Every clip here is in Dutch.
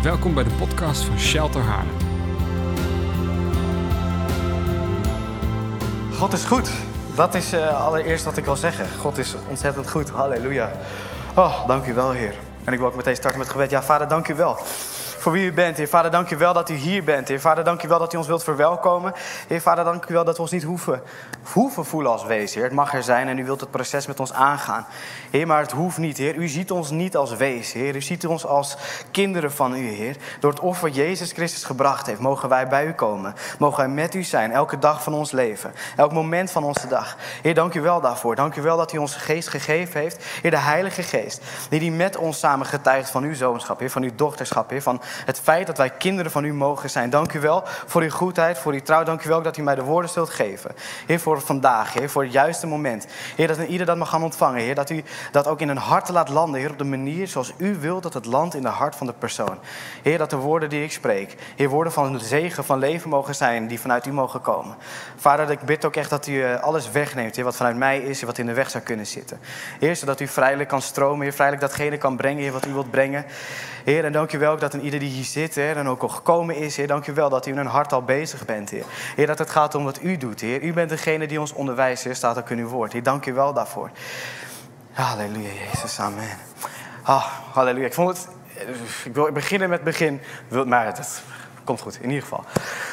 Welkom bij de podcast van Shelter Haarlem. God is goed. Dat is allereerst wat ik wil zeggen. God is ontzettend goed. Halleluja. Oh, dank u wel, Heer. En ik wil ook meteen starten met gebed. Ja, Vader, dank u wel voor wie u bent, Heer. Vader, dank u wel dat u hier bent, Heer. Vader, dank u wel dat u ons wilt verwelkomen. Heer, Vader, dank u wel dat we ons niet hoeven voelen als wees, Heer. Het mag er zijn en u wilt het proces met ons aangaan. Heer, maar het hoeft niet, Heer. U ziet ons niet als wees, Heer. U ziet ons als kinderen van u, Heer. Door het offer Jezus Christus gebracht heeft, mogen wij bij u komen. Mogen wij met u zijn, elke dag van ons leven. Elk moment van onze dag. Heer, dank u wel daarvoor. Dank u wel dat u ons geest gegeven heeft. Heer, de Heilige Geest. Die met ons samen getuigt van uw zoonschap, Heer. Van uw dochterschap, Heer. Van het feit dat wij kinderen van u mogen zijn. Dank u wel voor uw goedheid, voor uw trouw. Dank u wel dat u mij de woorden zult geven. Heer, voor vandaag, Heer, voor het juiste moment. Heer, dat ieder dat mag gaan ontvangen. Heer, dat u dat ook in hun harten laat landen. Heer, op de manier zoals u wilt dat het landt in de hart van de persoon. Heer, dat de woorden die ik spreek, Heer, woorden van zegen, van leven mogen zijn, die vanuit u mogen komen. Vader, ik bid ook echt dat u alles wegneemt, Heer, wat vanuit mij is en wat in de weg zou kunnen zitten. Heer, zodat u vrijelijk kan stromen, Heer, vrijelijk datgene kan brengen, Heer, wat u wilt brengen. Heer, en dank u wel ook dat een ieder die hier zit, Heer, en ook al gekomen is, Heer, dank u wel dat u in hun hart al bezig bent, Heer. Heer, dat het gaat om wat u doet, Heer. U bent degene die ons onderwijst, Heer, staat ook in uw woord. Heer, dank u wel daarvoor. Halleluja, Jezus, amen. Halleluja. Ik wil beginnen met het begin, maar het komt goed, in ieder geval.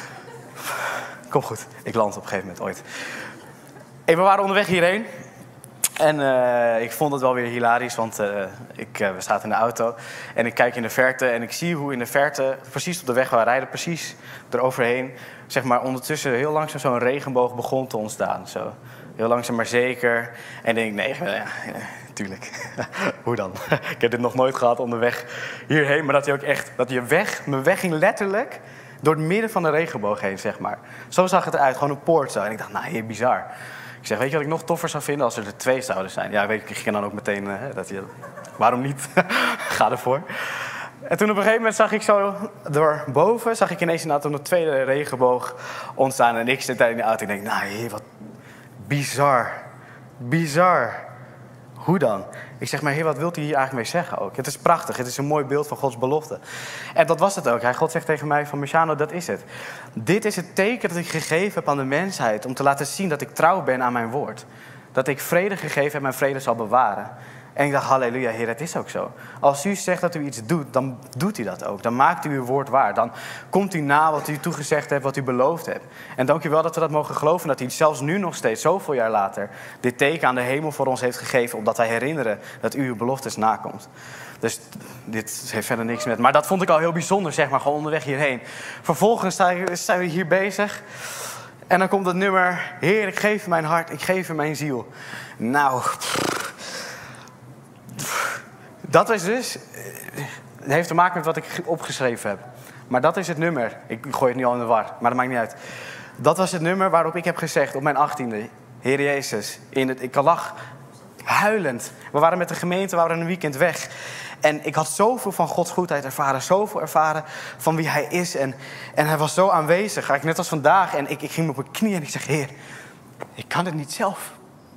Komt goed, ik land op een gegeven moment ooit. We waren onderweg hierheen. En ik vond het wel weer hilarisch, want we zaten in de auto en ik kijk in de verte en ik zie hoe in de verte, precies op de weg waar we rijden, precies eroverheen, zeg maar ondertussen heel langzaam zo'n regenboog begon te ontstaan. Zo. Heel langzaam maar zeker. En ik denk, nee, tuurlijk. Hoe dan? Ik heb dit nog nooit gehad onderweg hierheen, maar dat hij ook echt, mijn weg ging letterlijk door het midden van de regenboog heen, zeg maar. Zo zag het eruit, gewoon een poort zo. En ik dacht, nou, hier bizar. Ik zeg, weet je wat ik nog toffer zou vinden als er 2 zouden zijn? Ja, weet ik ging dan ook meteen, waarom niet? Ga ervoor. En toen op een gegeven moment zag ik zo doorboven, zag ik ineens inderdaad een tweede regenboog ontstaan. En ik zit daar in de auto en ik denk, nou, heer, wat bizar. Hoe dan? Ik zeg, maar heer, wat wilt u hier eigenlijk mee zeggen ook? Het is prachtig, het is een mooi beeld van Gods belofte. En dat was het ook. God zegt tegen mij van, Marciano, dat is het. Dit is het teken dat ik gegeven heb aan de mensheid om te laten zien dat ik trouw ben aan mijn woord. Dat ik vrede gegeven heb en mijn vrede zal bewaren. En ik dacht, halleluja, Heer, het is ook zo. Als u zegt dat u iets doet, dan doet u dat ook. Dan maakt u uw woord waar. Dan komt u na wat u toegezegd hebt, wat u beloofd hebt. En dank u wel dat we dat mogen geloven. Dat u zelfs nu nog steeds, zoveel jaar later, dit teken aan de hemel voor ons heeft gegeven. Opdat wij herinneren dat u uw beloftes nakomt. Dus dit heeft verder niks met. Maar dat vond ik al heel bijzonder, zeg maar, gewoon onderweg hierheen. Vervolgens zijn we hier bezig. En dan komt het nummer, Heer, ik geef u mijn hart, ik geef u mijn ziel. Nou, dat is dus, het heeft te maken met wat ik opgeschreven heb. Maar dat is het nummer. Ik gooi het nu al in de war, maar dat maakt niet uit. Dat was het nummer waarop ik heb gezegd op mijn 18e. Heer Jezus, ik lag huilend. We waren met de gemeente, we waren een weekend weg. En ik had zoveel van Gods goedheid ervaren. Zoveel ervaren van wie Hij is. En Hij was zo aanwezig, eigenlijk net als vandaag. En ik ging op mijn knieën en ik zeg, Heer, ik kan het niet zelf.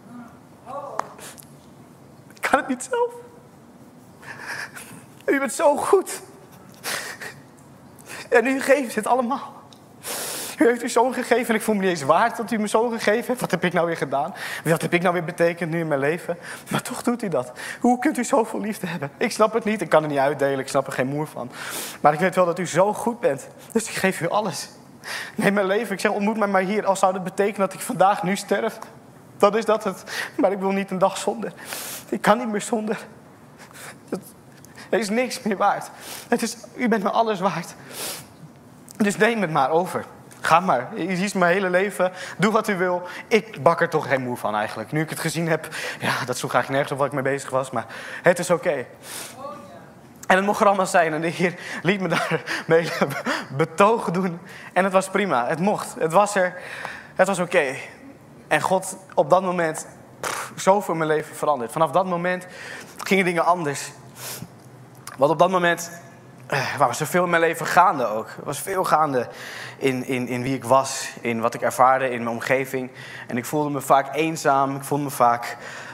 Ik kan het niet zelf. U bent zo goed. En u geeft het allemaal. U heeft uw zoon gegeven en ik voel me niet eens waard dat u mijn zoon gegeven heeft. Wat heb ik nou weer gedaan? Wat heb ik nou weer betekend nu in mijn leven? Maar toch doet u dat. Hoe kunt u zoveel liefde hebben? Ik snap het niet, ik kan het niet uitdelen, ik snap er geen moer van. Maar ik weet wel dat u zo goed bent. Dus ik geef u alles. Neem mijn leven, ik zeg ontmoet mij maar hier. Al zou dat betekenen dat ik vandaag nu sterf. Dan is dat het. Maar ik wil niet een dag zonder. Ik kan niet meer zonder. Er is niks meer waard. U bent me alles waard. Dus neem het maar over. Ga maar. Je ziet mijn hele leven. Doe wat u wil. Ik bak er toch geen moe van eigenlijk. Nu ik het gezien heb. Ja, dat sloeg eigenlijk nergens op wat ik mee bezig was. Maar het is oké. En het mocht er allemaal zijn. En de Heer liet me daar mee betogen doen. En het was prima. Het mocht. Het was er. Het was oké. En God op dat moment zoveel in mijn leven veranderd. Vanaf dat moment gingen dingen anders. Want op dat moment was er veel in mijn leven gaande ook. Er was veel gaande in wie ik was, in wat ik ervaarde, in mijn omgeving. En ik voelde me vaak eenzaam, ik voelde me vaak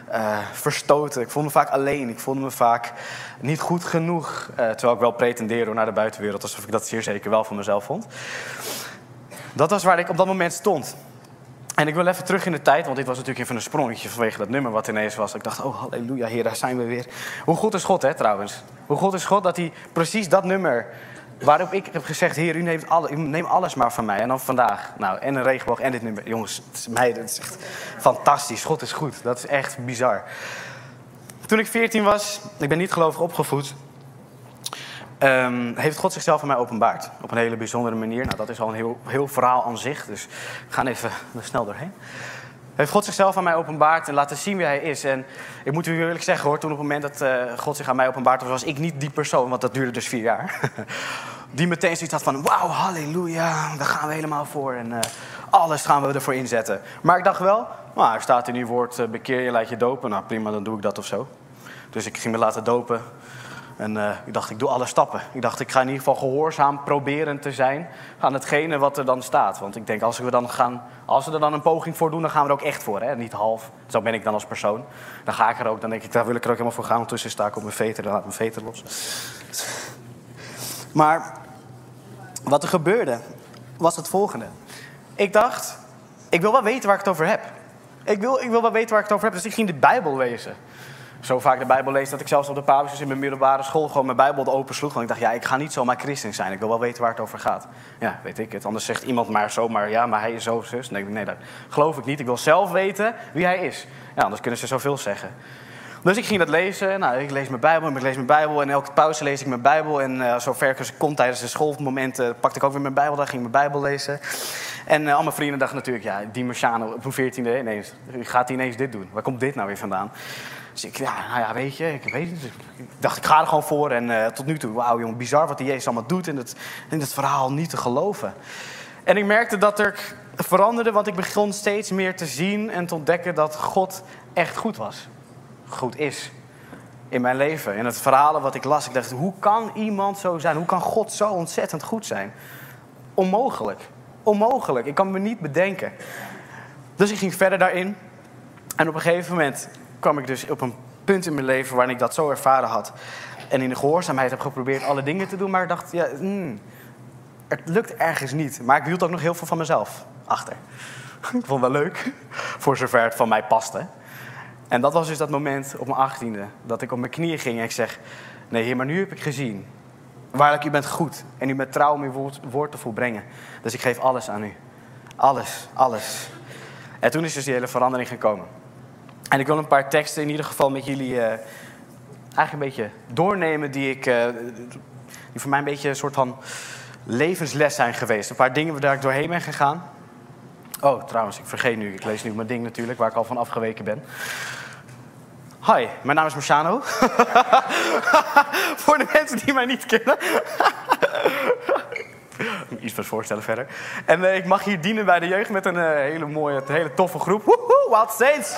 verstoten. Ik voelde me vaak alleen. Ik voelde me vaak niet goed genoeg. Terwijl ik wel pretendeerde naar de buitenwereld. Alsof ik dat zeer zeker wel van mezelf vond. Dat was waar ik op dat moment stond. En ik wil even terug in de tijd, want dit was natuurlijk even een sprongetje vanwege dat nummer wat ineens was. Ik dacht, oh halleluja, Heer, daar zijn we weer. Hoe goed is God, hè, trouwens. Hoe goed is God dat hij precies dat nummer, waarop ik heb gezegd, Heer, u neemt alles maar van mij. En dan vandaag, nou, en een regenboog en dit nummer. Jongens, dat is echt fantastisch. God is goed. Dat is echt bizar. Toen ik 14 was, ik ben niet gelovig opgevoed, heeft God zichzelf aan mij openbaard. Op een hele bijzondere manier. Nou, dat is al een heel verhaal aan zich. Dus we gaan even snel doorheen. Heeft God zichzelf aan mij openbaard en laten zien wie hij is. En ik moet u eerlijk zeggen hoor, toen op het moment dat God zich aan mij openbaard was ik niet die persoon, want dat duurde dus 4 jaar. Die meteen zoiets had van, wauw, halleluja, daar gaan we helemaal voor. En alles gaan we ervoor inzetten. Maar ik dacht wel, nou, er staat in uw woord, bekeer je, laat je dopen. Nou prima, dan doe ik dat of zo. Dus ik ging me laten dopen. En ik dacht, ik doe alle stappen. Ik dacht, ik ga in ieder geval gehoorzaam proberen te zijn aan hetgene wat er dan staat. Want ik denk, als we er dan een poging voor doen, dan gaan we er ook echt voor. Hè? Niet half. Zo ben ik dan als persoon. Dan ga ik er ook, dan denk ik, daar wil ik er ook helemaal voor gaan. Ondertussen sta ik op mijn veter, dan laat mijn veter los. Maar wat er gebeurde, was het volgende. Ik dacht, ik wil wel weten waar ik het over heb. Ik wil wel weten waar ik het over heb. Dus ik ging de Bijbel lezen. Zo vaak de Bijbel lezen dat ik zelfs op de Paulus in mijn middelbare school gewoon mijn Bijbel opensloeg. Want ik dacht, ja, ik ga niet zomaar christen zijn. Ik wil wel weten waar het over gaat. Ja, weet ik het. Anders zegt iemand maar zomaar, ja, maar hij is zo, zus. Nee, dat geloof ik niet. Ik wil zelf weten wie hij is. Ja, anders kunnen ze zoveel zeggen. Dus ik ging dat lezen. Nou, ik lees mijn Bijbel. En elke pauze lees ik mijn Bijbel. En zover als ik kon tijdens de schoolmomenten pakte ik ook weer mijn Bijbel. Dan ging ik mijn Bijbel lezen. En al mijn vrienden dachten natuurlijk, ja, die Marciano op mijn 14e ineens. Gaat hij ineens dit doen? Waar komt dit nou weer vandaan? Dus ik, ja, nou ja, weet je, ik weet het. Ik dacht, ik ga er gewoon voor. En tot nu toe, wauw jongen, bizar wat die Jezus allemaal doet. En het verhaal niet te geloven. En ik merkte dat er veranderde, want ik begon steeds meer te zien en te ontdekken dat God echt goed was. Goed is in mijn leven. In het verhalen wat ik las, ik dacht, hoe kan iemand zo zijn? Hoe kan God zo ontzettend goed zijn? Onmogelijk. Onmogelijk. Ik kan me niet bedenken. Dus ik ging verder daarin. En op een gegeven moment kwam ik dus op een punt in mijn leven waarin ik dat zo ervaren had. En in de gehoorzaamheid heb geprobeerd alle dingen te doen. Maar ik dacht, ja, het lukt ergens niet. Maar ik hield ook nog heel veel van mezelf achter. Ik vond het wel leuk. Voor zover het van mij paste. En dat was dus dat moment op mijn 18e. Dat ik op mijn knieën ging en ik zeg, nee Heer, maar nu heb ik gezien. Waarlijk, u bent goed. En u bent trouw om uw woord te volbrengen. Dus ik geef alles aan u. Alles, alles. En toen is dus die hele verandering gekomen. En ik wil een paar teksten in ieder geval met jullie eigenlijk een beetje doornemen die voor mij een beetje een soort van levensles zijn geweest. Een paar dingen waar ik doorheen ben gegaan. Oh, trouwens, ik vergeet nu. Ik lees nu mijn ding natuurlijk, waar ik al van afgeweken ben. Hi, mijn naam is Marciano. Voor de mensen die mij niet kennen. Iets wat voorstellen verder. En ik mag hier dienen bij de jeugd met een hele mooie, hele toffe groep. Woehoe, Wild Saints!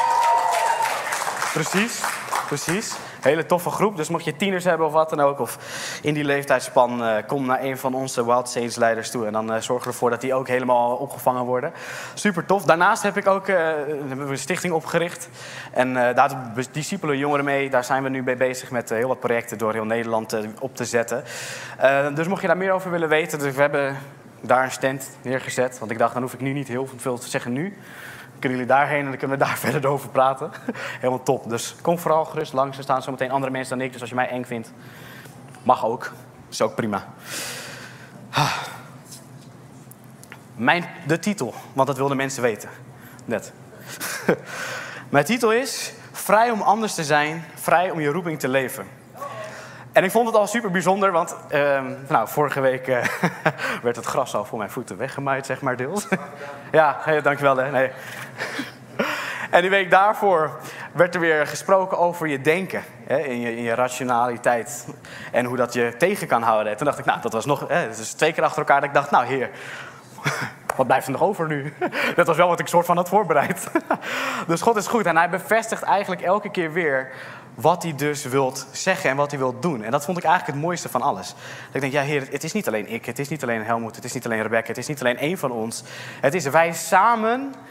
Precies. Hele toffe groep. Dus mocht je tieners hebben of wat dan ook, of in die leeftijdspan, kom naar een van onze Wild Saints leiders toe. En dan zorgen we ervoor dat die ook helemaal opgevangen worden. Super tof. Daarnaast heb ik ook hebben we een stichting opgericht. En daar discipelen jongeren mee. Daar zijn we nu mee bezig met heel wat projecten door heel Nederland op te zetten. Dus mocht je daar meer over willen weten, dus we hebben daar een stand neergezet. Want ik dacht, dan hoef ik nu niet heel veel te zeggen nu. Kunnen jullie daarheen en dan kunnen we daar verder over praten. Helemaal top. Dus kom vooral gerust langs. Er staan zometeen andere mensen dan ik. Dus als je mij eng vindt, mag ook. Is ook prima. De titel, want dat wilden mensen weten. Net. Mijn titel is Vrij om anders te zijn. Vrij om je roeping te leven. En ik vond het al super bijzonder, want vorige week werd het gras al voor mijn voeten weggemaaid, zeg maar deels. Ja, dankjewel. Hè. Nee. En die week daarvoor werd er weer gesproken over je denken. Hè, in je rationaliteit. En hoe dat je tegen kan houden. En toen dacht ik, dat was nog... dus 2 keer achter elkaar dat ik dacht, Heer... Wat blijft er nog over nu? Dat was wel wat ik soort van had voorbereid. Dus God is goed en hij bevestigt eigenlijk elke keer weer wat hij dus wilt zeggen en wat hij wilt doen. En dat vond ik eigenlijk het mooiste van alles. Dat ik denk, ja Heer, het is niet alleen ik, het is niet alleen Helmoet, het is niet alleen Rebecca, het is niet alleen één van ons. Het is wij samen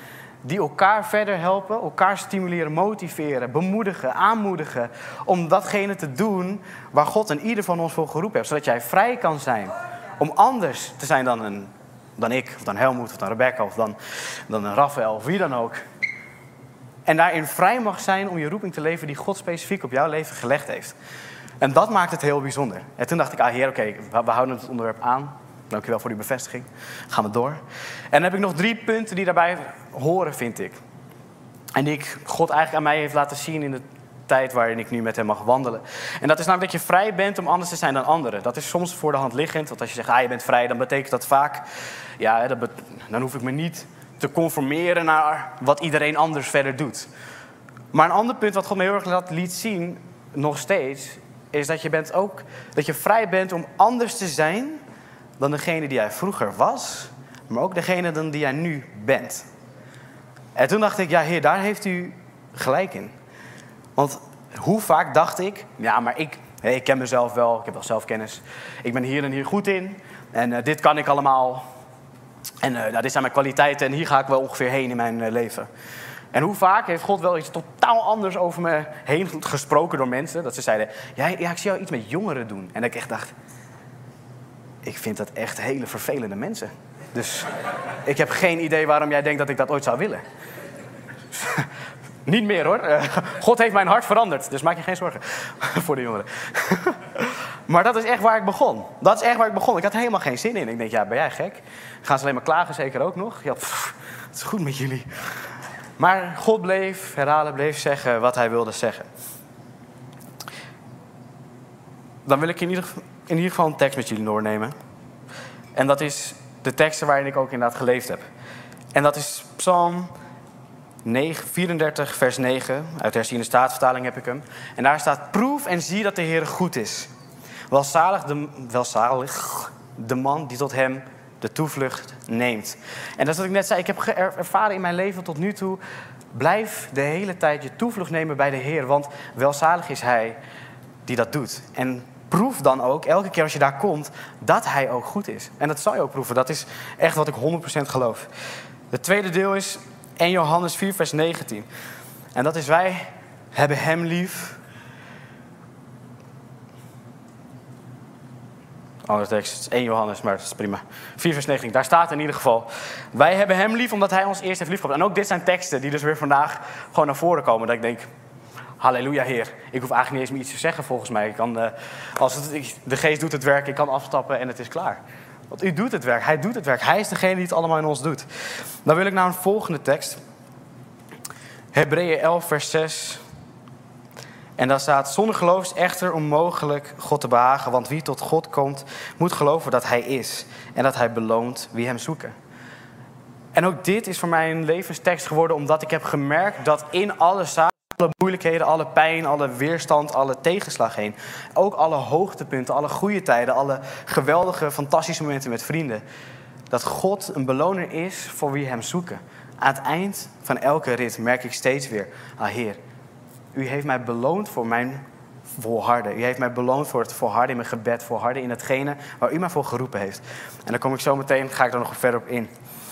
die elkaar verder helpen, elkaar stimuleren, motiveren, bemoedigen, aanmoedigen om datgene te doen waar God en ieder van ons voor geroepen heeft. Zodat jij vrij kan zijn om anders te zijn dan ik, of dan Helmoet, of dan Rebecca, of dan een Raphaël, of wie dan ook. En daarin vrij mag zijn om je roeping te leven die God specifiek op jouw leven gelegd heeft. En dat maakt het heel bijzonder. En toen dacht ik, Heer, oké, we houden het onderwerp aan. Dankjewel voor die bevestiging. Gaan we door. En dan heb ik nog 3 punten die daarbij horen, vind ik. En die God eigenlijk aan mij heeft laten zien in de tijd waarin ik nu met hem mag wandelen. En dat is namelijk dat je vrij bent om anders te zijn dan anderen. Dat is soms voor de hand liggend. Want als je zegt, je bent vrij, dan betekent dat vaak... dan hoef ik me niet te conformeren naar wat iedereen anders verder doet. Maar een ander punt wat God me heel erg liet zien, nog steeds, is dat je vrij bent om anders te zijn dan degene die jij vroeger was, maar ook degene dan die jij nu bent. En toen dacht ik, Heer, daar heeft u gelijk in. Want hoe vaak dacht ik, maar ik ken mezelf wel, ik heb wel zelfkennis. Ik ben hier en hier goed in en dit kan ik allemaal. En dit zijn mijn kwaliteiten en hier ga ik wel ongeveer heen in mijn leven. En hoe vaak heeft God wel iets totaal anders over me heen gesproken door mensen. Dat ze zeiden, ik zie jou iets met jongeren doen. En dat ik echt dacht, ik vind dat echt hele vervelende mensen. Dus ik heb geen idee waarom jij denkt dat ik dat ooit zou willen. Niet meer hoor. God heeft mijn hart veranderd. Dus maak je geen zorgen voor de jongeren. Maar dat is echt waar ik begon. Ik had helemaal geen zin in. Ik denk, ben jij gek? Gaan ze alleen maar klagen, zeker ook nog? Het is goed met jullie. Maar God bleef herhalen, bleef zeggen wat hij wilde zeggen. Dan wil ik in ieder geval een tekst met jullie doornemen. En dat is de teksten waarin ik ook inderdaad geleefd heb. En dat is Psalm 34, vers 9. Uit de herziene Statenvertaling heb ik hem. En daar staat, proef en zie dat de Heer goed is. Welzalig de man die tot hem de toevlucht neemt. En dat is wat ik net zei. Ik heb ervaren in mijn leven tot nu toe. Blijf de hele tijd je toevlucht nemen bij de Heer. Want welzalig is hij die dat doet. En proef dan ook, elke keer als je daar komt, dat hij ook goed is. En dat zal je ook proeven. Dat is echt wat ik 100% geloof. Het tweede deel is 1 Johannes 4, vers 19. En dat is, wij hebben hem lief. Andere tekst, het is 1 Johannes, maar dat is prima. 4 vers 19, daar staat in ieder geval, wij hebben hem lief omdat hij ons eerst heeft liefgehad. En ook dit zijn teksten die dus weer vandaag gewoon naar voren komen. Dat ik denk, halleluja Heer. Ik hoef eigenlijk niet eens meer iets te zeggen volgens mij. Ik kan, de geest doet het werk, ik kan afstappen en het is klaar. Want u doet het werk, hij doet het werk. Hij is degene die het allemaal in ons doet. Dan wil ik naar een volgende tekst. Hebreeën 11 vers 6. En daar staat, zonder geloof is echter onmogelijk God te behagen. Want wie tot God komt, moet geloven dat hij is. En dat hij beloont wie hem zoeken. En ook dit is voor mij een levenstekst geworden, omdat ik heb gemerkt dat in alle zaken, alle moeilijkheden, alle pijn, alle weerstand, alle tegenslag heen, ook alle hoogtepunten, alle goede tijden, alle geweldige, fantastische momenten met vrienden, dat God een beloner is voor wie hem zoeken. Aan het eind van elke rit merk ik steeds weer, Heer, u heeft mij beloond voor mijn volharden. U heeft mij beloond voor het volharden in mijn gebed, volharden in hetgene waar u mij voor geroepen heeft. En dan kom ik zo meteen, ga ik er nog verder op in.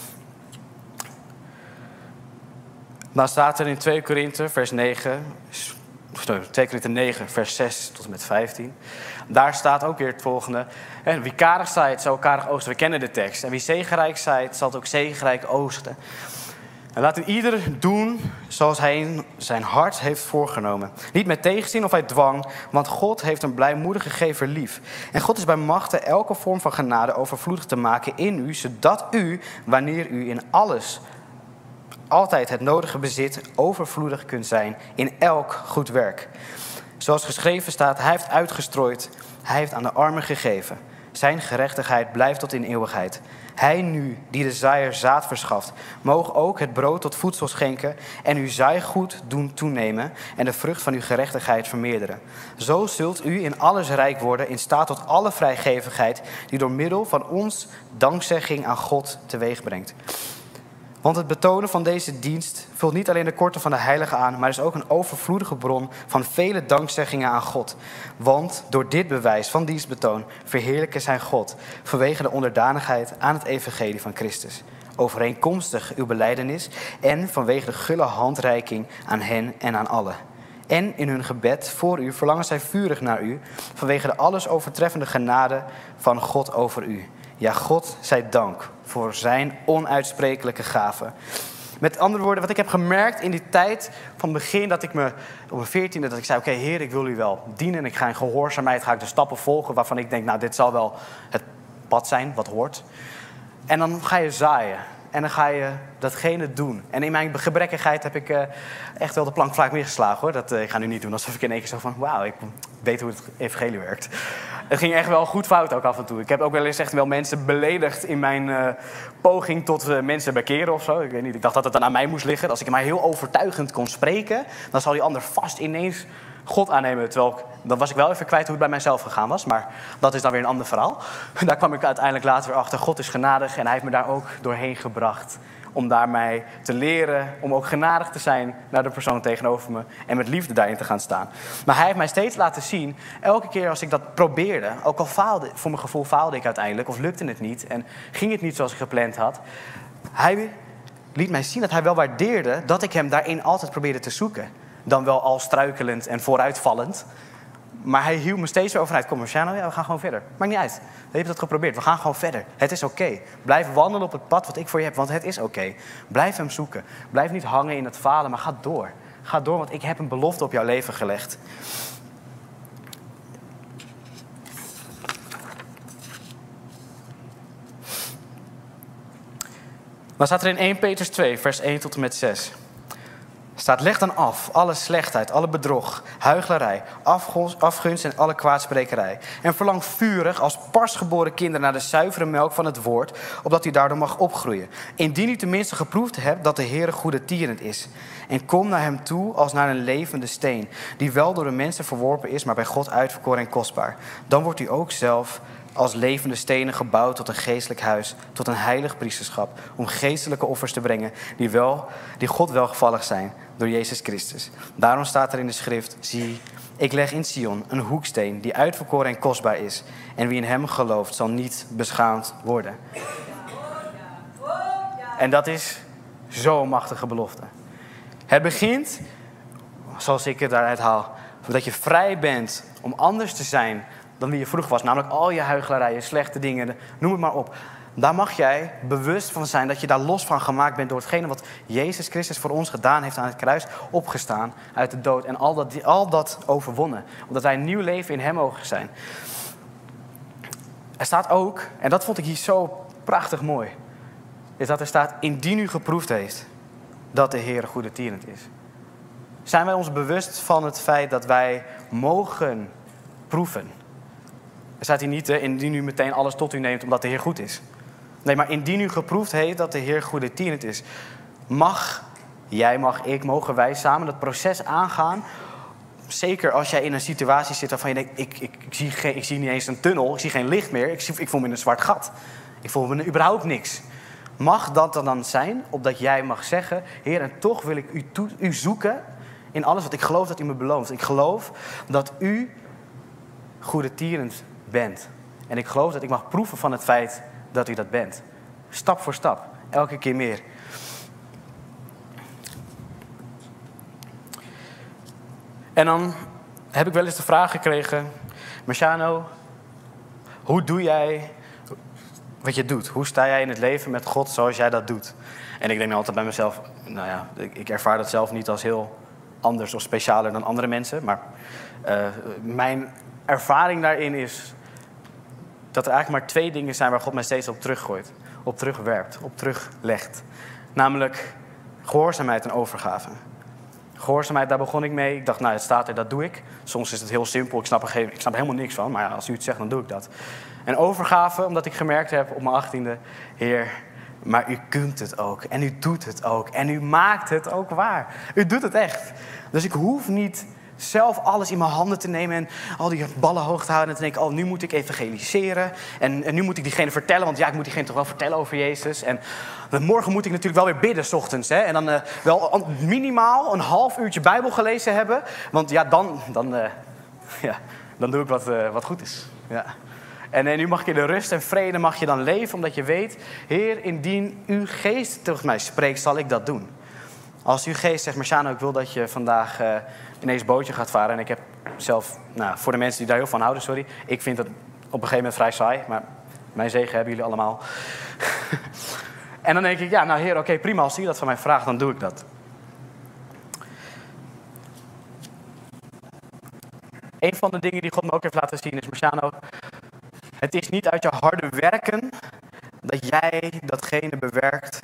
Dan staat er in 2 Korinthe, vers 9, 2 Korinthe 9, vers 6 tot en met 15. Daar staat ook weer het volgende. Wie karig zaait, zal karig oogsten. We kennen de tekst. En wie zegenrijk zaait, zal het ook zegenrijk oogsten. En laat ieder doen zoals hij zijn hart heeft voorgenomen. Niet met tegenzin of uit dwang, want God heeft een blijmoedige gever lief. En God is bij machte elke vorm van genade overvloedig te maken in u, zodat u, wanneer u in alles altijd het nodige bezit, overvloedig kunt zijn in elk goed werk. Zoals geschreven staat, hij heeft uitgestrooid, hij heeft aan de armen gegeven. Zijn gerechtigheid blijft tot in eeuwigheid. Hij nu, die de zaaier zaad verschaft, mogen ook het brood tot voedsel schenken en uw zaaigoed doen toenemen en de vrucht van uw gerechtigheid vermeerderen. Zo zult u in alles rijk worden, in staat tot alle vrijgevigheid, die door middel van ons dankzegging aan God teweeg brengt. Want het betonen van deze dienst vult niet alleen de korte van de heilige aan, maar is ook een overvloedige bron van vele dankzeggingen aan God. Want door dit bewijs van dienstbetoon verheerlijken zij God vanwege de onderdanigheid aan het evangelie van Christus. overeenkomstig uw belijdenis en vanwege de gulle handreiking aan hen en aan allen. En in hun gebed voor u verlangen zij vurig naar u, vanwege de alles overtreffende genade van God over u. Ja, God zij dank voor zijn onuitsprekelijke gave. Met andere woorden, wat ik heb gemerkt in die tijd van het begin, dat ik me op mijn 14e, dat ik zei, oké, Heer, ik wil u wel dienen. En ik ga in gehoorzaamheid, ga ik de stappen volgen waarvan ik denk, nou, dit zal wel het pad zijn wat hoort. En dan ga je zaaien. En dan ga je datgene doen. En in mijn gebrekkigheid heb ik echt wel de plank vaak meer geslagen, hoor. Dat, ik ga nu niet doen alsof ik in één keer zo van, wauw, ik weet hoe het evangelie werkt. Het ging echt wel goed fout ook af en toe. Ik heb ook wel eens echt wel mensen beledigd in mijn poging tot mensen bekeren of zo. Ik weet niet, ik dacht dat het dan aan mij moest liggen. Als ik maar heel overtuigend kon spreken, dan zal die ander vast ineens God aannemen. Terwijl dan was ik wel even kwijt hoe het bij mijzelf gegaan was. Maar dat is dan weer een ander verhaal. Daar kwam ik uiteindelijk later weer achter. God is genadig en hij heeft me daar ook doorheen gebracht. Om daar mij te leren, om ook genadig te zijn naar de persoon tegenover me. En met liefde daarin te gaan staan. Maar hij heeft mij steeds laten zien, elke keer als ik dat probeerde, ook al faalde, voor mijn gevoel faalde ik uiteindelijk, of lukte het niet en ging het niet zoals ik gepland had. Hij liet mij zien dat hij wel waardeerde dat ik hem daarin altijd probeerde te zoeken. Dan wel al struikelend en vooruitvallend. Maar hij hield me steeds weer overeind. Kom Marciano, ja, we gaan gewoon verder. Maakt niet uit. Je hebt het geprobeerd. We gaan gewoon verder. Het is oké. Blijf wandelen op het pad wat ik voor je heb. Want het is oké. Blijf hem zoeken. Blijf niet hangen in het falen, maar ga door. Ga door, want ik heb een belofte op jouw leven gelegd. Dan staat er in 1 Petrus 2, vers 1 tot en met 6... staat, leg dan af alle slechtheid, alle bedrog, huichelarij, afgunst en alle kwaadsprekerij. En verlang vurig als pasgeboren kinderen naar de zuivere melk van het woord, opdat u daardoor mag opgroeien. Indien u tenminste geproefd hebt dat de Heere goedertierend is. En kom naar hem toe als naar een levende steen, die wel door de mensen verworpen is, maar bij God uitverkoren en kostbaar. Dan wordt u ook zelf als levende stenen gebouwd tot een geestelijk huis, tot een heilig priesterschap, om geestelijke offers te brengen die God welgevallig zijn door Jezus Christus. Daarom staat er in de schrift, zie, ik leg in Sion een hoeksteen die uitverkoren en kostbaar is. En wie in hem gelooft zal niet beschaamd worden. En dat is zo'n machtige belofte. Het begint, zoals ik het daaruit haal, dat je vrij bent om anders te zijn dan wie je vroeger was. Namelijk al je huichelarijen, slechte dingen, noem het maar op. Daar mag jij bewust van zijn dat je daar los van gemaakt bent door hetgene wat Jezus Christus voor ons gedaan heeft aan het kruis, opgestaan uit de dood en al dat overwonnen. Omdat wij een nieuw leven in hem mogen zijn. Er staat ook, en dat vond ik hier zo prachtig mooi, is dat er staat, indien u geproefd heeft dat de Heer goedertierend is. Zijn wij ons bewust van het feit dat wij mogen proeven? Er staat hier niet, indien u meteen alles tot u neemt omdat de Heer goed is. Nee, maar indien u geproefd heeft dat de Heer goedertierend is, mag jij, mag ik, mogen wij samen dat proces aangaan. Zeker als jij in een situatie zit waarvan je denkt, ik zie niet eens een tunnel, ik zie geen licht meer, ik voel me in een zwart gat. Ik voel me überhaupt niks. Mag dat er dan zijn, opdat jij mag zeggen, Heer, en toch wil ik u zoeken in alles wat ik geloof dat u me belooft. Ik geloof dat u goedertierend bent. En ik geloof dat ik mag proeven van het feit dat u dat bent. Stap voor stap. Elke keer meer. En dan heb ik wel eens de vraag gekregen, Marciano, hoe doe jij wat je doet? Hoe sta jij in het leven met God zoals jij dat doet? En ik denk altijd bij mezelf, nou ja, ik ervaar dat zelf niet als heel anders of specialer dan andere mensen. Maar mijn ervaring daarin is dat er eigenlijk maar 2 dingen zijn waar God mij steeds op teruggooit. Op terugwerpt, op teruglegt. Namelijk gehoorzaamheid en overgave. Gehoorzaamheid, daar begon ik mee. Ik dacht, nou, het staat er, dat doe ik. Soms is het heel simpel, ik snap helemaal niks van. Maar ja, als u het zegt, dan doe ik dat. En overgave, omdat ik gemerkt heb op mijn 18e... Heer, maar u kunt het ook. En u doet het ook. En u maakt het ook waar. U doet het echt. Dus ik hoef niet zelf alles in mijn handen te nemen en al die ballen hoog te houden en te denken, oh, nu moet ik evangeliseren en nu moet ik diegene vertellen, want ja, ik moet diegene toch wel vertellen over Jezus. En morgen moet ik natuurlijk wel weer bidden 's ochtends, hè? En dan wel minimaal een half uurtje Bijbel gelezen hebben, want ja, dan doe ik wat goed is. Ja. En nu mag je de rust en vrede mag je dan leven, omdat je weet, Heer, indien uw geest tegen mij spreekt, zal ik dat doen. Als uw geest zegt, Marciano, ik wil dat je vandaag ineens bootje gaat varen. En ik heb zelf, voor de mensen die daar heel van houden, sorry. Ik vind het op een gegeven moment vrij saai, maar mijn zegen hebben jullie allemaal. En dan denk ik, ja, nou Heer, oké, prima, als u dat van mij vraagt, dan doe ik dat. Een van de dingen die God me ook heeft laten zien is, Marciano, het is niet uit je harde werken dat jij datgene bewerkt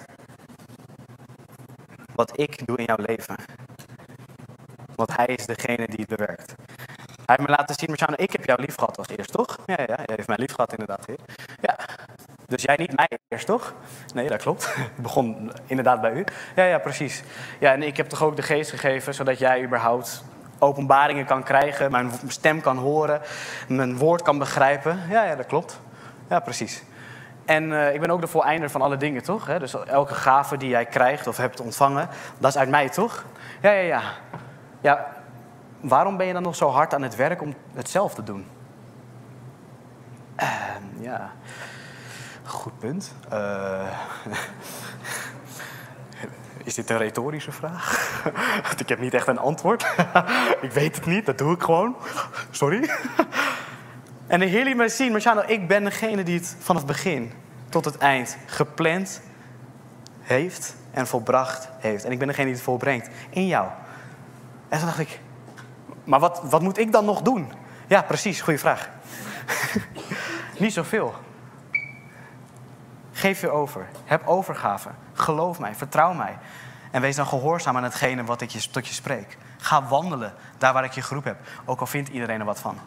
wat ik doe in jouw leven. Want hij is degene die het bewerkt. Hij heeft me laten zien, Marciano, ik heb jou lief gehad als eerst, toch? Ja, jij heeft mij lief gehad inderdaad, Heer. Ja. Dus jij niet mij eerst, toch? Nee, dat klopt. Het begon inderdaad bij u. Ja, precies. Ja, en ik heb toch ook de geest gegeven, zodat jij überhaupt openbaringen kan krijgen, mijn stem kan horen, mijn woord kan begrijpen. Ja, dat klopt. Ja, precies. En ik ben ook de voleinder van alle dingen, toch? Dus elke gave die jij krijgt of hebt ontvangen, dat is uit mij, toch? Ja. Ja, waarom ben je dan nog zo hard aan het werk om het zelf te doen? Ja, goed punt. Is dit een retorische vraag? Want ik heb niet echt een antwoord. Ik weet het niet, dat doe ik gewoon. Sorry. En de Heer liet mij zien, Marciano, ik ben degene die het vanaf het begin tot het eind gepland heeft en volbracht heeft. En ik ben degene die het volbrengt in jou. En toen dacht ik, maar wat moet ik dan nog doen? Ja, precies, goede vraag. Niet zoveel. Geef je over. Heb overgave. Geloof mij. Vertrouw mij. En wees dan gehoorzaam aan hetgene wat ik tot je spreek. Ga wandelen daar waar ik je geroepen heb. Ook al vindt iedereen er wat van.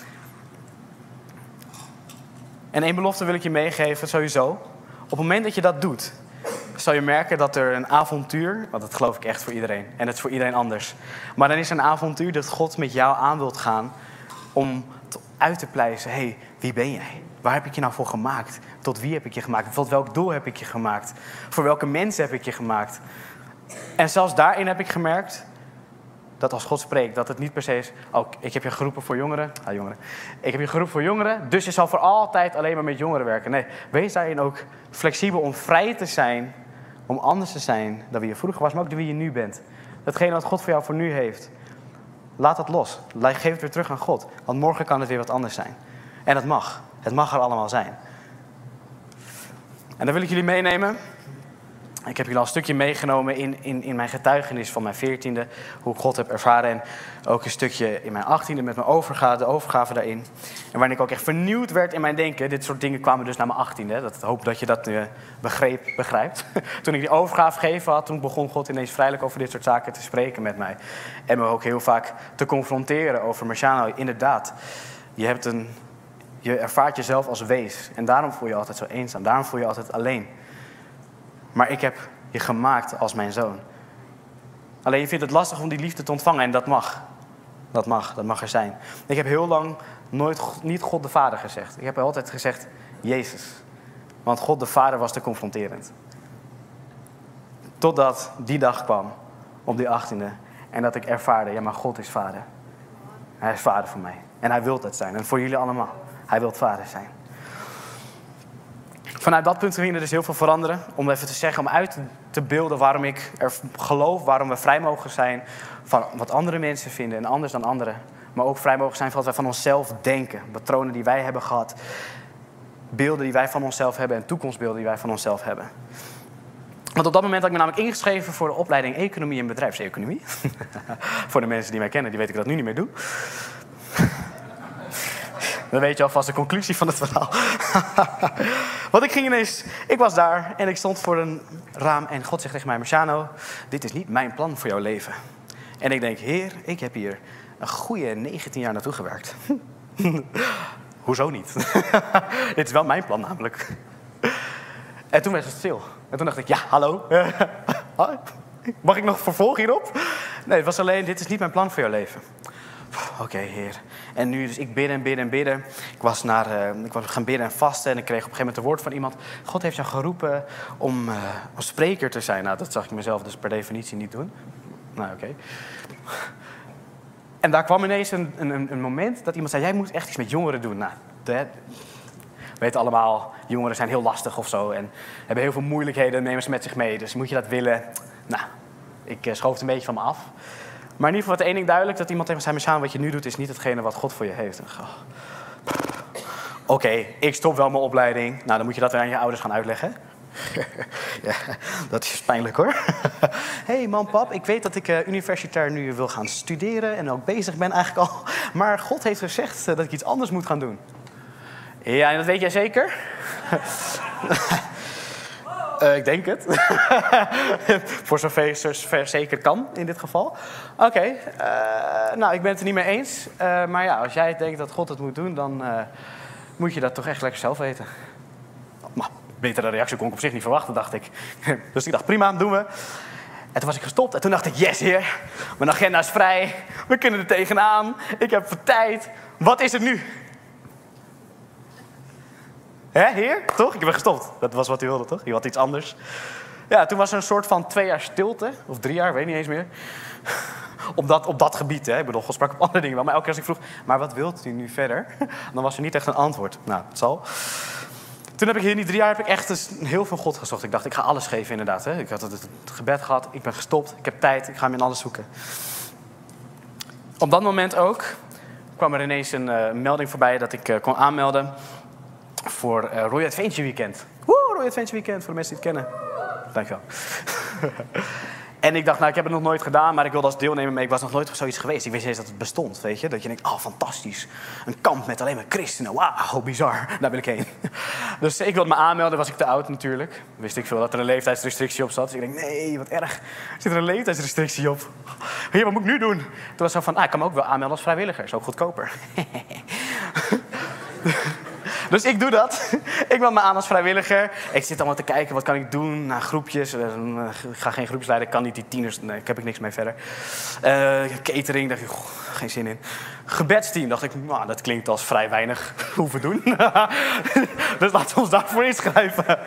En één belofte wil ik je meegeven, sowieso. Op het moment dat je dat doet, zal je merken dat er een avontuur, want dat geloof ik echt voor iedereen. En het is voor iedereen anders. Maar dan is er een avontuur dat God met jou aan wilt gaan om uit te pleizen. Hé, wie ben jij? Waar heb ik je nou voor gemaakt? Tot wie heb ik je gemaakt? Tot welk doel heb ik je gemaakt? Voor welke mensen heb ik je gemaakt? En zelfs daarin heb ik gemerkt dat als God spreekt, dat het niet per se is, oh, ik heb je geroepen voor jongeren. Ik heb je geroepen voor jongeren, dus je zal voor altijd alleen maar met jongeren werken. Nee, wees daarin ook flexibel om vrij te zijn, om anders te zijn dan wie je vroeger was, maar ook dan wie je nu bent. Datgene wat God voor jou voor nu heeft, laat dat los. Geef het weer terug aan God, want morgen kan het weer wat anders zijn. En dat mag. Het mag er allemaal zijn. En dan wil ik jullie meenemen. Ik heb jullie al een stukje meegenomen in mijn getuigenis van mijn 14e. Hoe ik God heb ervaren. En ook een stukje in mijn 18e met mijn overgave daarin. En waarin ik ook echt vernieuwd werd in mijn denken. Dit soort dingen kwamen dus naar mijn 18e. Ik hoop dat je dat nu begrijpt. Toen ik die overgave gegeven had, toen begon God ineens vrijelijk over dit soort zaken te spreken met mij. En me ook heel vaak te confronteren over, Marciano, inderdaad. Je ervaart jezelf als wees. En daarom voel je je altijd zo eenzaam. Daarom voel je je altijd alleen. Maar ik heb je gemaakt als mijn zoon. Alleen je vindt het lastig om die liefde te ontvangen. En dat mag. Dat mag er zijn. Ik heb heel lang niet God de Vader gezegd. Ik heb altijd gezegd Jezus. Want God de Vader was te confronterend. Totdat die dag kwam. Op die 18e. En dat ik ervaarde. Ja, maar God is Vader. Hij is Vader voor mij. En hij wil dat zijn. En voor jullie allemaal. Hij wil Vader zijn. Vanuit dat punt ging er dus heel veel veranderen. Om even te zeggen, om uit te beelden waarom ik er geloof. Waarom we vrij mogen zijn van wat andere mensen vinden en anders dan anderen. Maar ook vrij mogen zijn van wat wij van onszelf denken. Patronen die wij hebben gehad. Beelden die wij van onszelf hebben en toekomstbeelden die wij van onszelf hebben. Want op dat moment had ik me namelijk ingeschreven voor de opleiding Economie en Bedrijfseconomie. Voor de mensen die mij kennen, die weten dat ik dat nu niet meer doe. Dan weet je alvast de conclusie van het verhaal. Want ik was daar en ik stond voor een raam en God zegt tegen mij, Marciano, dit is niet mijn plan voor jouw leven. En ik denk, Heer, ik heb hier een goede 19 jaar naartoe gewerkt. Hoezo niet? Dit is wel mijn plan namelijk. En toen werd het stil. En toen dacht ik, ja, hallo. Mag ik nog vervolg hierop? Nee, het was alleen, dit is niet mijn plan voor jouw leven. Oké, Heer. En nu, dus ik bidden. Ik was gaan bidden en vasten. En ik kreeg op een gegeven moment het woord van iemand. God heeft jou geroepen om spreker te zijn. Nou, dat zag ik mezelf dus per definitie niet doen. Nou, oké. En daar kwam ineens een moment dat iemand zei, jij moet echt iets met jongeren doen. Nou, weten allemaal, jongeren zijn heel lastig of zo. En hebben heel veel moeilijkheden, nemen ze met zich mee. Dus moet je dat willen? Nou, ik schoof het een beetje van me af. Maar in ieder geval was één ding duidelijk. Dat iemand tegen me zei, Marciano, wat je nu doet is niet hetgene wat God voor je heeft. Oké, ik stop wel mijn opleiding. Nou, dan moet je dat weer aan je ouders gaan uitleggen. Ja, dat is pijnlijk hoor. Hey man, pap, ik weet dat ik universitair nu wil gaan studeren en ook bezig ben eigenlijk al. Maar God heeft gezegd dat ik iets anders moet gaan doen. Ja, en dat weet jij zeker? Ik denk het. Voor zover zeker kan in dit geval. Oké, nou ik ben het er niet mee eens. Maar ja, als jij denkt dat God het moet doen, dan moet je dat toch echt lekker zelf weten. Maar betere reactie kon ik op zich niet verwachten, dacht ik. Dus ik dacht, prima, doen we. En toen was ik gestopt en toen dacht ik, yes heer, mijn agenda is vrij. We kunnen er tegenaan. Ik heb tijd. Wat is het nu? Hè, heer? Toch? Ik ben gestopt. Dat was wat u wilde, toch? U had iets anders. Ja, toen was er een soort van 2 jaar stilte. Of 3 jaar, weet niet eens meer. Op dat gebied, hè. Ik bedoel, God sprak op andere dingen wel. Maar elke keer als ik vroeg, maar wat wilt u nu verder? Dan was er niet echt een antwoord. Nou, het zal. Toen heb ik hier in die 3 jaar heb ik echt heel veel God gezocht. Ik dacht, ik ga alles geven inderdaad. Hè. Ik had het gebed gehad, ik ben gestopt, ik heb tijd, ik ga hem in alles zoeken. Op dat moment ook kwam er ineens een melding voorbij dat ik kon aanmelden voor Roy Adventure Weekend. Woe, Roy Adventure Weekend, voor de mensen die het kennen. Dankjewel. En ik dacht, nou, ik heb het nog nooit gedaan, maar ik wilde als deelnemer mee. Ik was nog nooit op zoiets geweest. Ik wist niet eens dat het bestond, weet je. Dat je denkt, oh, fantastisch. Een kamp met alleen maar christenen. Wauw, bizar. Daar wil ik heen. Dus ik wilde me aanmelden, was ik te oud natuurlijk. Wist ik veel dat er een leeftijdsrestrictie op zat. Dus ik denk, nee, wat erg. Zit er een leeftijdsrestrictie op? Heer, wat moet ik nu doen? Toen was het zo van, ik kan me ook wel aanmelden als vrijwilliger. Is ook goedkoper. Dus ik doe dat. Ik meld me aan als vrijwilliger. Ik zit allemaal te kijken, wat kan ik doen? Nou, groepjes. Ik ga geen groepjes leiden, ik kan niet die tieners. Nee, ik heb niks mee verder. Catering, dacht ik, geen zin in. Gebedsteam, dacht ik, nou, dat klinkt als vrij weinig hoeven doen. Dus laten we ons daarvoor inschrijven.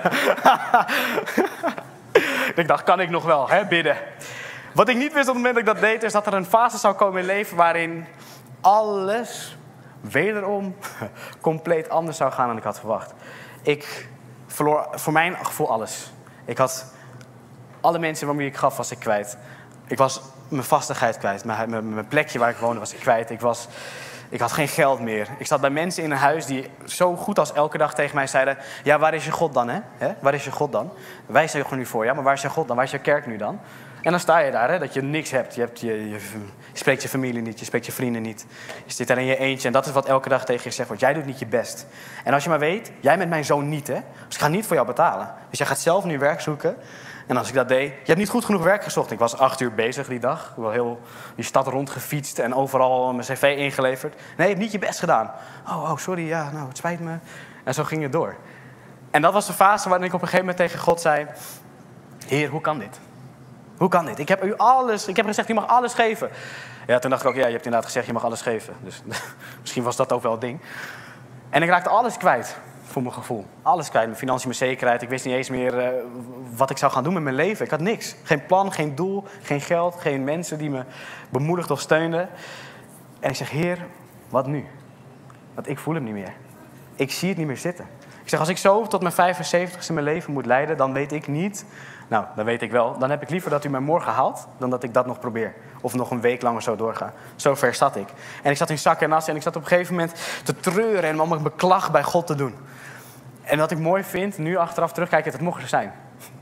Ik dacht, kan ik nog wel, hè, bidden. Wat ik niet wist op het moment dat ik dat deed, is dat er een fase zou komen in mijn leven waarin alles wederom compleet anders zou gaan dan ik had verwacht. Ik verloor voor mijn gevoel alles. Ik had alle mensen waarmee ik gaf, was ik kwijt. Ik was mijn vastigheid kwijt. Mijn plekje waar ik woonde was ik kwijt. Ik had geen geld meer. Ik zat bij mensen in een huis die zo goed als elke dag tegen mij zeiden, ja, waar is je God dan, hè? Waar is je God dan? Wij zeggen nu voor, ja, maar waar is je God dan? Waar is je kerk nu dan? En dan sta je daar, hè, dat je niks hebt. Je spreekt je familie niet, je spreekt je vrienden niet. Je zit daar in je eentje en dat is wat elke dag tegen je gezegd wordt. Jij doet niet je best. En als je maar weet, jij bent mijn zoon niet, hè. Dus ik ga niet voor jou betalen. Dus jij gaat zelf nu werk zoeken. En als ik dat deed, je hebt niet goed genoeg werk gezocht. Ik was 8 uur bezig die dag. Ik heb heel die stad rondgefietst en overal mijn cv ingeleverd. Nee, je hebt niet je best gedaan. Oh, sorry, ja, nou, het spijt me. En zo ging het door. En dat was de fase waarin ik op een gegeven moment tegen God zei, Heer, hoe kan dit? Hoe kan dit? Ik heb u alles, ik heb gezegd, u mag alles geven. Ja, toen dacht ik ook, ja, je hebt inderdaad gezegd, je mag alles geven. Dus misschien was dat ook wel het ding. En ik raakte alles kwijt, voor mijn gevoel. Alles kwijt, mijn financiën, mijn zekerheid. Ik wist niet eens meer wat ik zou gaan doen met mijn leven. Ik had niks. Geen plan, geen doel, geen geld, geen mensen die me bemoedigden of steunden. En ik zeg, Heer, wat nu? Want ik voel hem niet meer. Ik zie het niet meer zitten. Ik zeg, als ik zo tot mijn 75ste mijn leven moet leiden, dan weet ik niet. Nou, dan weet ik wel. Dan heb ik liever dat u mij morgen haalt, dan dat ik dat nog probeer. Of nog een week langer zo doorga. Zo ver zat ik. En ik zat in zak en as en ik zat op een gegeven moment te treuren en om mijn beklag bij God te doen. En wat ik mooi vind, nu achteraf terugkijken, het mocht er zijn.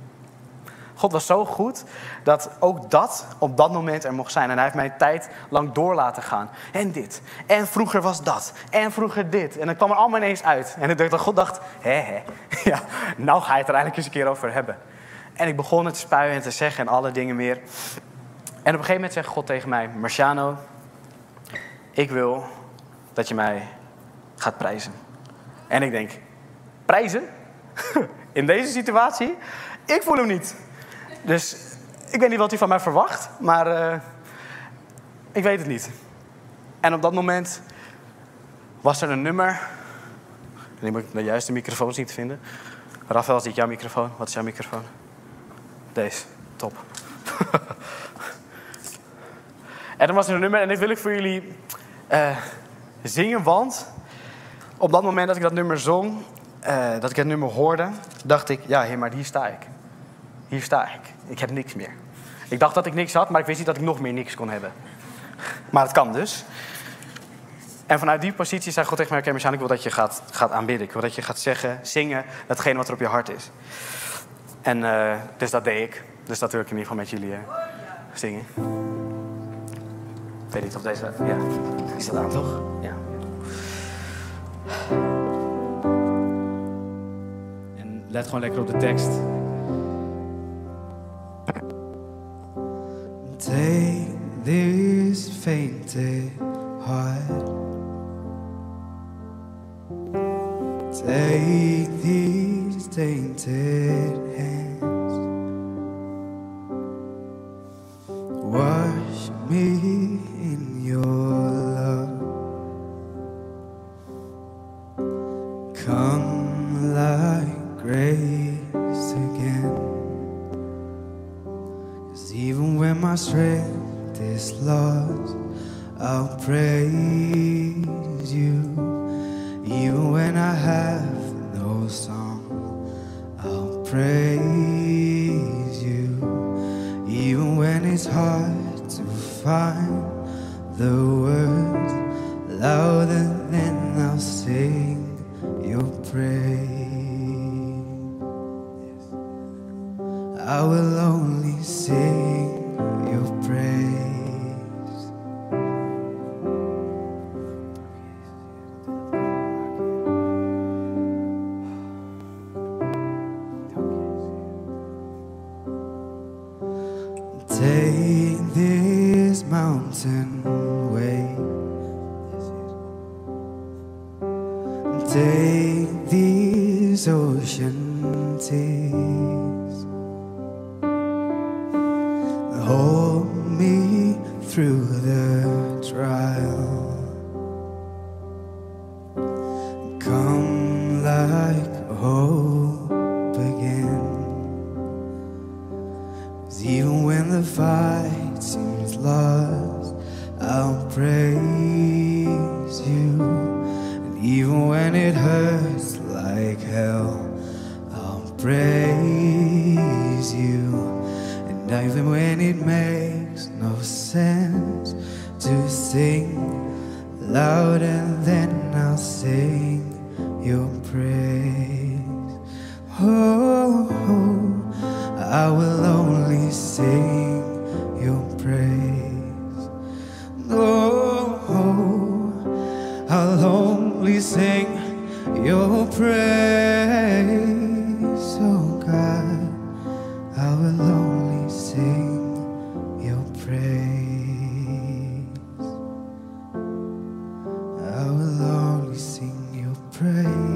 God was zo goed dat ook dat op dat moment er mocht zijn. En hij heeft mij tijd lang door laten gaan. En dit. En vroeger was dat. En vroeger dit. En het kwam er allemaal ineens uit. En ik dacht dat God dacht, ja, nou ga je het er eindelijk eens een keer over hebben. En ik begon het te spuien en te zeggen en alle dingen meer. En op een gegeven moment zegt God tegen mij, Marciano, ik wil dat je mij gaat prijzen. En ik denk, prijzen? In deze situatie? Ik voel hem niet. Dus ik weet niet wat hij van mij verwacht, maar ik weet het niet. En op dat moment was er een nummer. En nu moet ik de juiste microfoons niet vinden. Rafael, is dit jouw microfoon? Wat is jouw microfoon? Deze, top. En dan was er een nummer en dit wil ik voor jullie zingen, want op dat moment dat ik dat nummer zong, dat ik het nummer hoorde, dacht ik, ja Heer, maar hier sta ik. Hier sta ik. Ik heb niks meer. Ik dacht dat ik niks had, maar ik wist niet dat ik nog meer niks kon hebben. Maar het kan dus. En vanuit die positie zei God tegen mij, oké, Marciaan, ik wil dat je gaat aanbidden. Ik wil dat je gaat zeggen, zingen, datgene wat er op je hart is. En dus dat deed ik. Dus dat wil ik in ieder geval met jullie zingen. Ik weet niet of deze... Ja, is dat aan, toch? Ja. En let gewoon lekker op de tekst. Take this fainted heart. Take these tainted hands. Wash me in your love. Come like grace again. 'Cause even when my strength is lost, I'll praise you. Even when I have no song, I'll praise you. Even when it's hard to find the words louder than I'll sing your praise. I will only sing your praise. Take this mountain away. Take these ocean tears. Hold me through the trial. Come like hope again. 'Cause even when the fight seems lost, I'll praise you. And even when it hurts like hell, I'll praise you. And even when it makes no sense to sing louder than I'll sing your praise. Oh, I will only sing your praise. Oh, I'll only sing your praise. Oh God, I will only sing your praise. I will only sing your praise.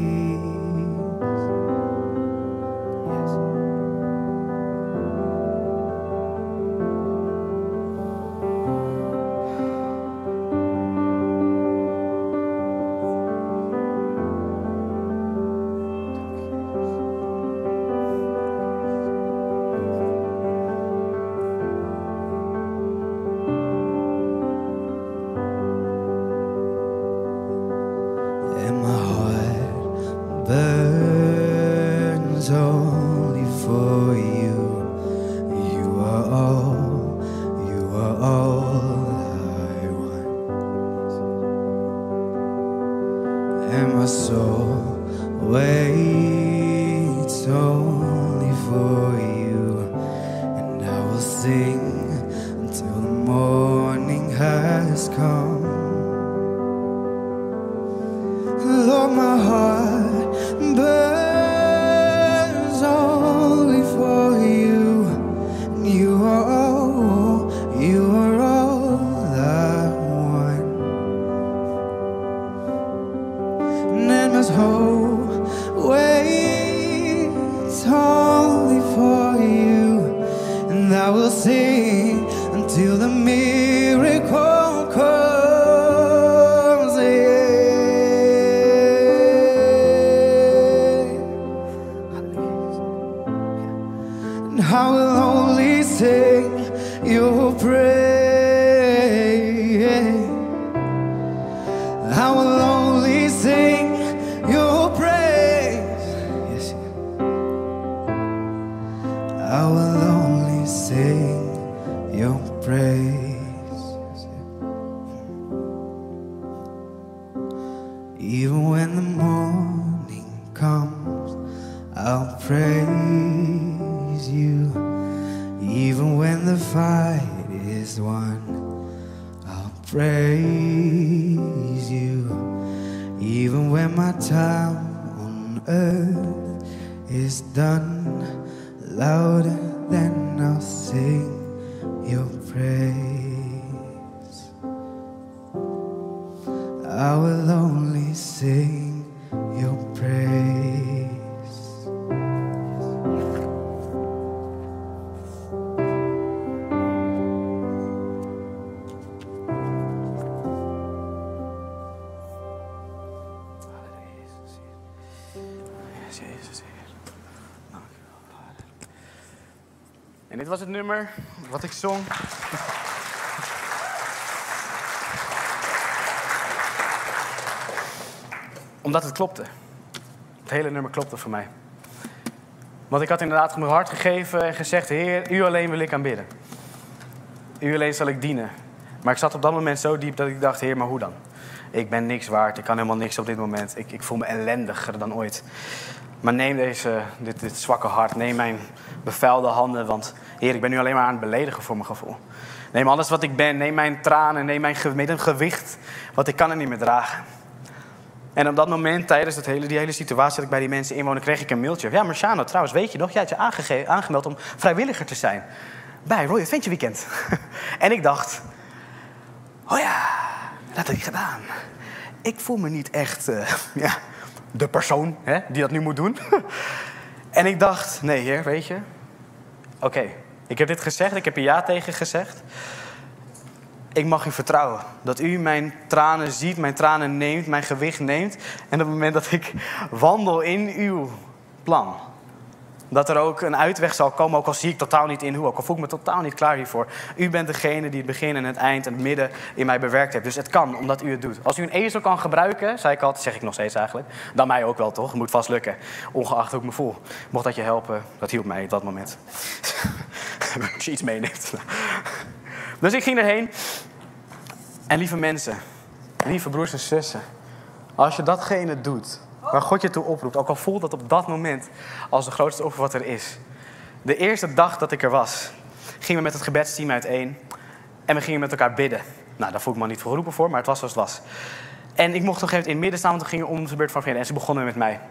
And my heart burns only for you. You are all I want. And my soul waits only for you. And I will sing until the morning has come. Lord, my heart burns only for you. You are all I want. And my soul waits only for you. And I will sing until the miracle comes. I will only sing your praise. I will only sing your praise. comes, I'll praise you. Even when the fight is won, I'll praise you. Even when my time on earth is done, louder than I'll sing your praise. I will only sing your praise. Jezus, Heer. Dank u wel, Vader. En dit was het nummer wat ik zong. Omdat het klopte. Het hele nummer klopte voor mij. Want ik had inderdaad mijn hart gegeven en gezegd: Heer, u alleen wil ik aanbidden. U alleen zal ik dienen. Maar ik zat op dat moment zo diep dat ik dacht: Heer, maar hoe dan? Ik ben niks waard, ik kan helemaal niks op dit moment. Ik voel me ellendiger dan ooit. Maar neem dit zwakke hart, neem mijn bevuilde handen. Want Heer, ik ben nu alleen maar aan het beledigen voor mijn gevoel. Neem alles wat ik ben, neem mijn tranen, neem mijn gewicht. Want ik kan het niet meer dragen. En op dat moment, tijdens die hele situatie dat ik bij die mensen inwoonde, kreeg ik een mailtje. Ja, Marciano, trouwens, weet je nog, jij had je aangemeld om vrijwilliger te zijn. Bij Roy Adventure Weekend. En ik dacht: oh ja, dat heb ik gedaan. Ik voel me niet echt de persoon die dat nu moet doen. En ik dacht: nee, Heer, weet je. Oké, ik heb dit gezegd, ik heb er ja tegen gezegd. Ik mag u vertrouwen. Dat u mijn tranen ziet, mijn tranen neemt, mijn gewicht neemt. En op het moment dat ik wandel in uw plan, dat er ook een uitweg zal komen, ook al zie ik totaal niet in hoe. Ook al voel ik me totaal niet klaar hiervoor. U bent degene die het begin en het eind en het midden in mij bewerkt heeft. Dus het kan, omdat u het doet. Als u een ezel kan gebruiken, zei ik altijd, zeg ik nog steeds eigenlijk, dan mij ook wel toch? Het moet vast lukken. Ongeacht hoe ik me voel. Mocht dat je helpen, dat hielp mij op dat moment. Als je iets meeneemt. Dus ik ging erheen. En lieve mensen, lieve broers en zussen, als je datgene doet waar God je toe oproept, ook al voelt dat op dat moment als de grootste offer wat er is. De eerste dag dat ik er was, gingen we met het gebedsteam uiteen en we gingen met elkaar bidden. Nou, daar voel ik me niet voor geroepen voor, maar het was zoals het was. En ik mocht op een gegeven moment in het midden staan, want we gingen om de beurt van vrienden en ze begonnen met mij.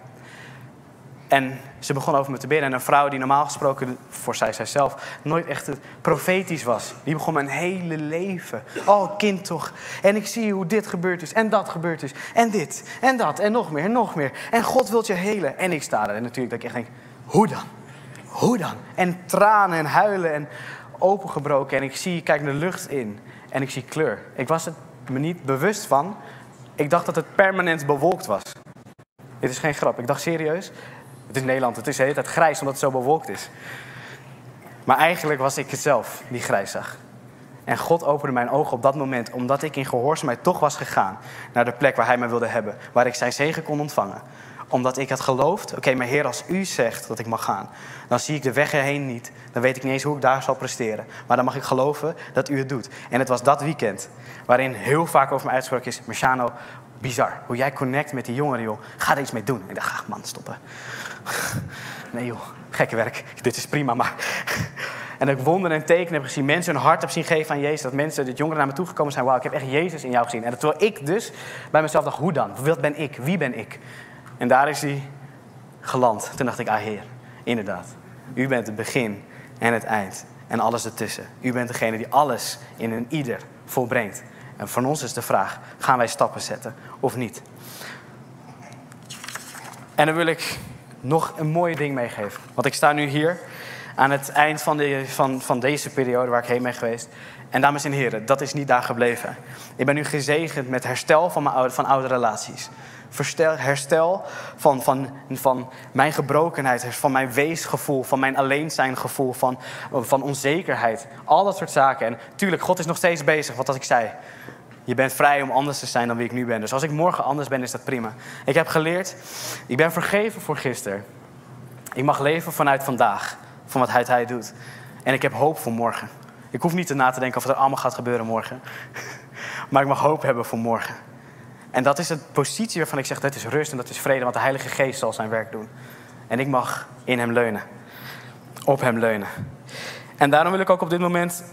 En ze begon over me te bidden. En een vrouw die normaal gesproken, voor zijzelf, nooit echt profetisch was. Die begon mijn hele leven. Oh, kind toch. En ik zie hoe dit gebeurd is. En dat gebeurd is. En dit. En dat. En nog meer. En nog meer. En God wilt je helen. En ik sta er. En natuurlijk dat ik echt denk, hoe dan? Hoe dan? En tranen en huilen en opengebroken. En ik kijk de lucht in. En ik zie kleur. Ik was het me niet bewust van. Ik dacht dat het permanent bewolkt was. Dit is geen grap. Ik dacht serieus. Het is Nederland, het is de hele tijd grijs omdat het zo bewolkt is. Maar eigenlijk was ik het zelf die grijs zag. En God opende mijn ogen op dat moment, omdat ik in gehoorzaamheid toch was gegaan naar de plek waar hij mij wilde hebben. Waar ik zijn zegen kon ontvangen. Omdat ik had geloofd, oké, maar Heer, als u zegt dat ik mag gaan, dan zie ik de weg erheen niet. Dan weet ik niet eens hoe ik daar zal presteren. Maar dan mag ik geloven dat u het doet. En het was dat weekend waarin heel vaak over mij uitgesproken is: Marciano, bizar. Hoe jij connect met die jongeren, joh. Ga er iets mee doen. Ik dacht, ach man, stoppen. Nee joh, gekke werk. Dit is prima, maar... En dat ik wonderen en tekenen heb gezien. Mensen hun hart heb zien geven aan Jezus. Dat mensen, dat jongeren naar me toegekomen zijn. Wauw, ik heb echt Jezus in jou gezien. En terwijl ik dus bij mezelf dacht, hoe dan? Wat ben ik? Wie ben ik? En daar is hij geland. Toen dacht ik, ah Heer, inderdaad. U bent het begin en het eind. En alles ertussen. U bent degene die alles in een ieder volbrengt. En van ons is de vraag, gaan wij stappen zetten of niet? En dan wil ik nog een mooi ding meegeven. Want ik sta nu hier aan het eind van deze periode waar ik heen ben geweest. En dames en heren, dat is niet daar gebleven. Ik ben nu gezegend met herstel van oude relaties. Herstel van mijn gebrokenheid, van mijn weesgevoel, van mijn alleenzijngevoel, van onzekerheid. Al dat soort zaken. En tuurlijk, God is nog steeds bezig, wat ik zei. Je bent vrij om anders te zijn dan wie ik nu ben. Dus als ik morgen anders ben, is dat prima. Ik heb geleerd, ik ben vergeven voor gisteren. Ik mag leven vanuit vandaag, van wat hij doet. En ik heb hoop voor morgen. Ik hoef niet na te denken of het er allemaal gaat gebeuren morgen. Maar ik mag hoop hebben voor morgen. En dat is een positie waarvan ik zeg, dat is rust en dat is vrede. Want de Heilige Geest zal zijn werk doen. En ik mag in hem leunen. Op hem leunen. En daarom wil ik ook op dit moment...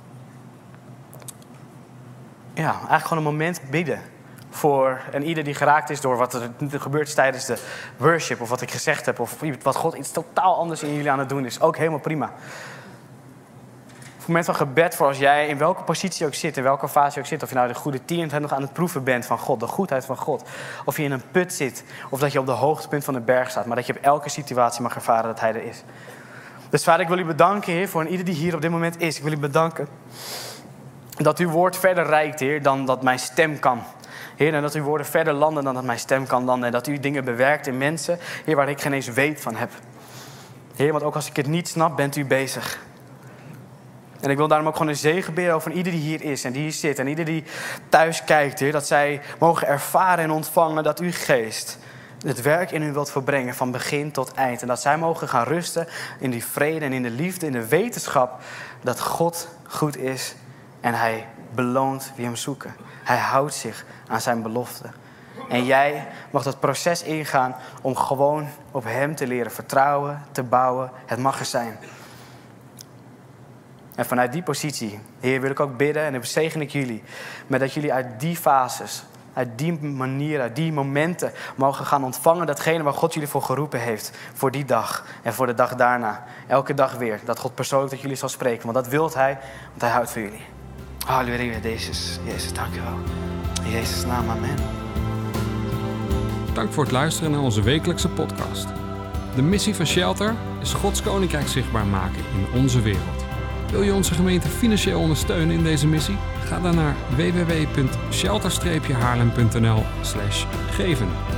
eigenlijk gewoon een moment bieden. Voor en ieder die geraakt is door wat er gebeurd is tijdens de worship. Of wat ik gezegd heb. Of wat God iets totaal anders in jullie aan het doen is. Ook helemaal prima. Een moment van gebed voor als jij in welke positie ook zit, in welke fase je ook zit. Of je nou de goede tiener nog aan het proeven bent van God, de goedheid van God. Of je in een put zit, of dat je op de hoogtepunt van de berg staat. Maar dat je op elke situatie mag ervaren dat hij er is. Dus Vader, ik wil u bedanken, Heer, voor ieder die hier op dit moment is. Ik wil u bedanken dat uw woord verder reikt, Heer, dan dat mijn stem kan. Heer, en dat uw woorden verder landen dan dat mijn stem kan landen. En dat u dingen bewerkt in mensen, Heer, waar ik geen eens weet van heb. Heer, want ook als ik het niet snap, bent u bezig. En ik wil daarom ook gewoon een zegen bidden over ieder die hier is en die hier zit. En ieder die thuis kijkt, Heer. Dat zij mogen ervaren en ontvangen dat uw geest het werk in hun wilt volbrengen van begin tot eind. En dat zij mogen gaan rusten in die vrede en in de liefde, in de wetenschap dat God goed is. En hij beloont wie hem zoeken. Hij houdt zich aan zijn belofte. En jij mag dat proces ingaan om gewoon op hem te leren vertrouwen, te bouwen. Het mag er zijn. En vanuit die positie, Heer, wil ik ook bidden en dan zegen ik jullie. Maar dat jullie uit die fases, uit die manier, uit die momenten mogen gaan ontvangen datgene waar God jullie voor geroepen heeft. Voor die dag en voor de dag daarna. Elke dag weer. Dat God persoonlijk tot jullie zal spreken. Want dat wilt hij, want hij houdt van jullie. Halleluja, Jezus. Jezus, dank u wel. In Jezus' naam, amen. Dank voor het luisteren naar onze wekelijkse podcast. De missie van Shelter is Gods Koninkrijk zichtbaar maken in onze wereld. Wil je onze gemeente financieel ondersteunen in deze missie? Ga dan naar www.shelter-haarlem.nl/geven.